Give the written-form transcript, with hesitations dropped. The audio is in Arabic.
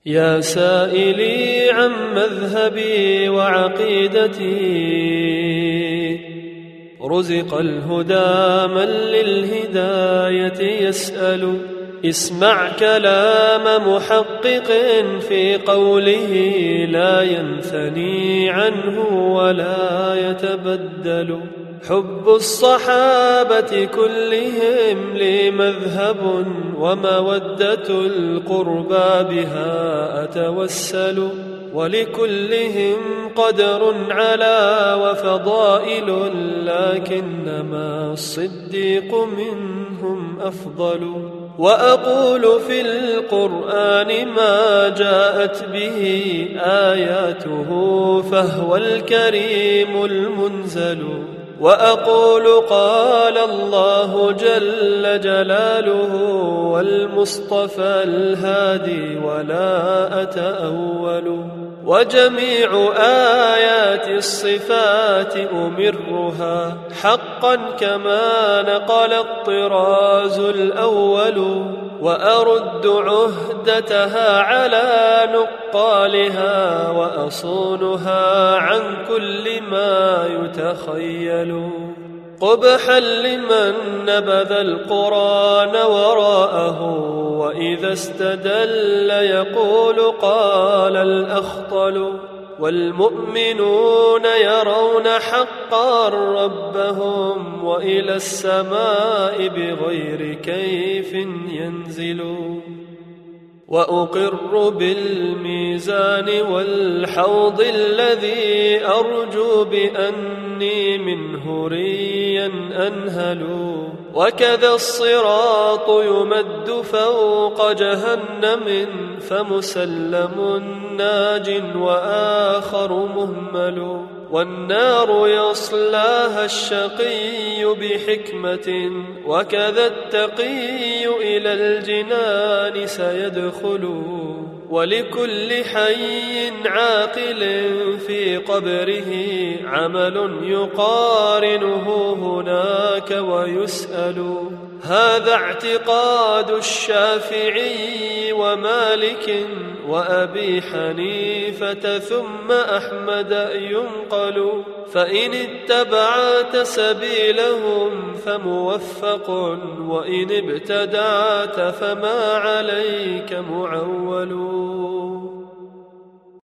يا سائلي عن مذهبي وعقيدتي، رزق الهدى من للهداية يسأل. اسمع كلام محقق في قوله لا ينثني عنه ولا يتبدل. حب الصحابة كلهم لي مذهب، ومودة القربى بها أتوسل. ولكلهم قدر على وفضائل، لكنما الصديق منهم أفضل. وأقول في القرآن ما جاءت به آياته، فهو الكريم المنزل. وأقول قال الله جل جلاله، والمصطفى الهادي ولا أتأول. وجميع آيات الصفات أمرها حقا كما نقل الطراز الأول. وأرد عهدتها على نقالها، وأصونها عن كل ما يتخيل. قبحا لمن نبذ القرآن وراءه، وإذا استدل يقول قال الأخطل. والمؤمنون يرون حقا ربهم، وإلى السماء بغير كيف ينزلون. وأقر بالميزان والحوض الذي أرجو بأني منه ريا أنهل. وكذا الصراط يمد فوق جهنم، فمسلم ناج وآخر مهمل. والنار يصلاها الشقي بحكمة، وكذا التقي إلى الجنان سيدخل. ولكل حي عاقل في قبره عمل يقارنه هناك ويسأل. هذا اعتقاد الشافعي ومالك وأبي حنيفة ثم أحمد ينقل. فإن اتبعت سبيلهم فموفق، وإن ابتدعت فما عليك معول.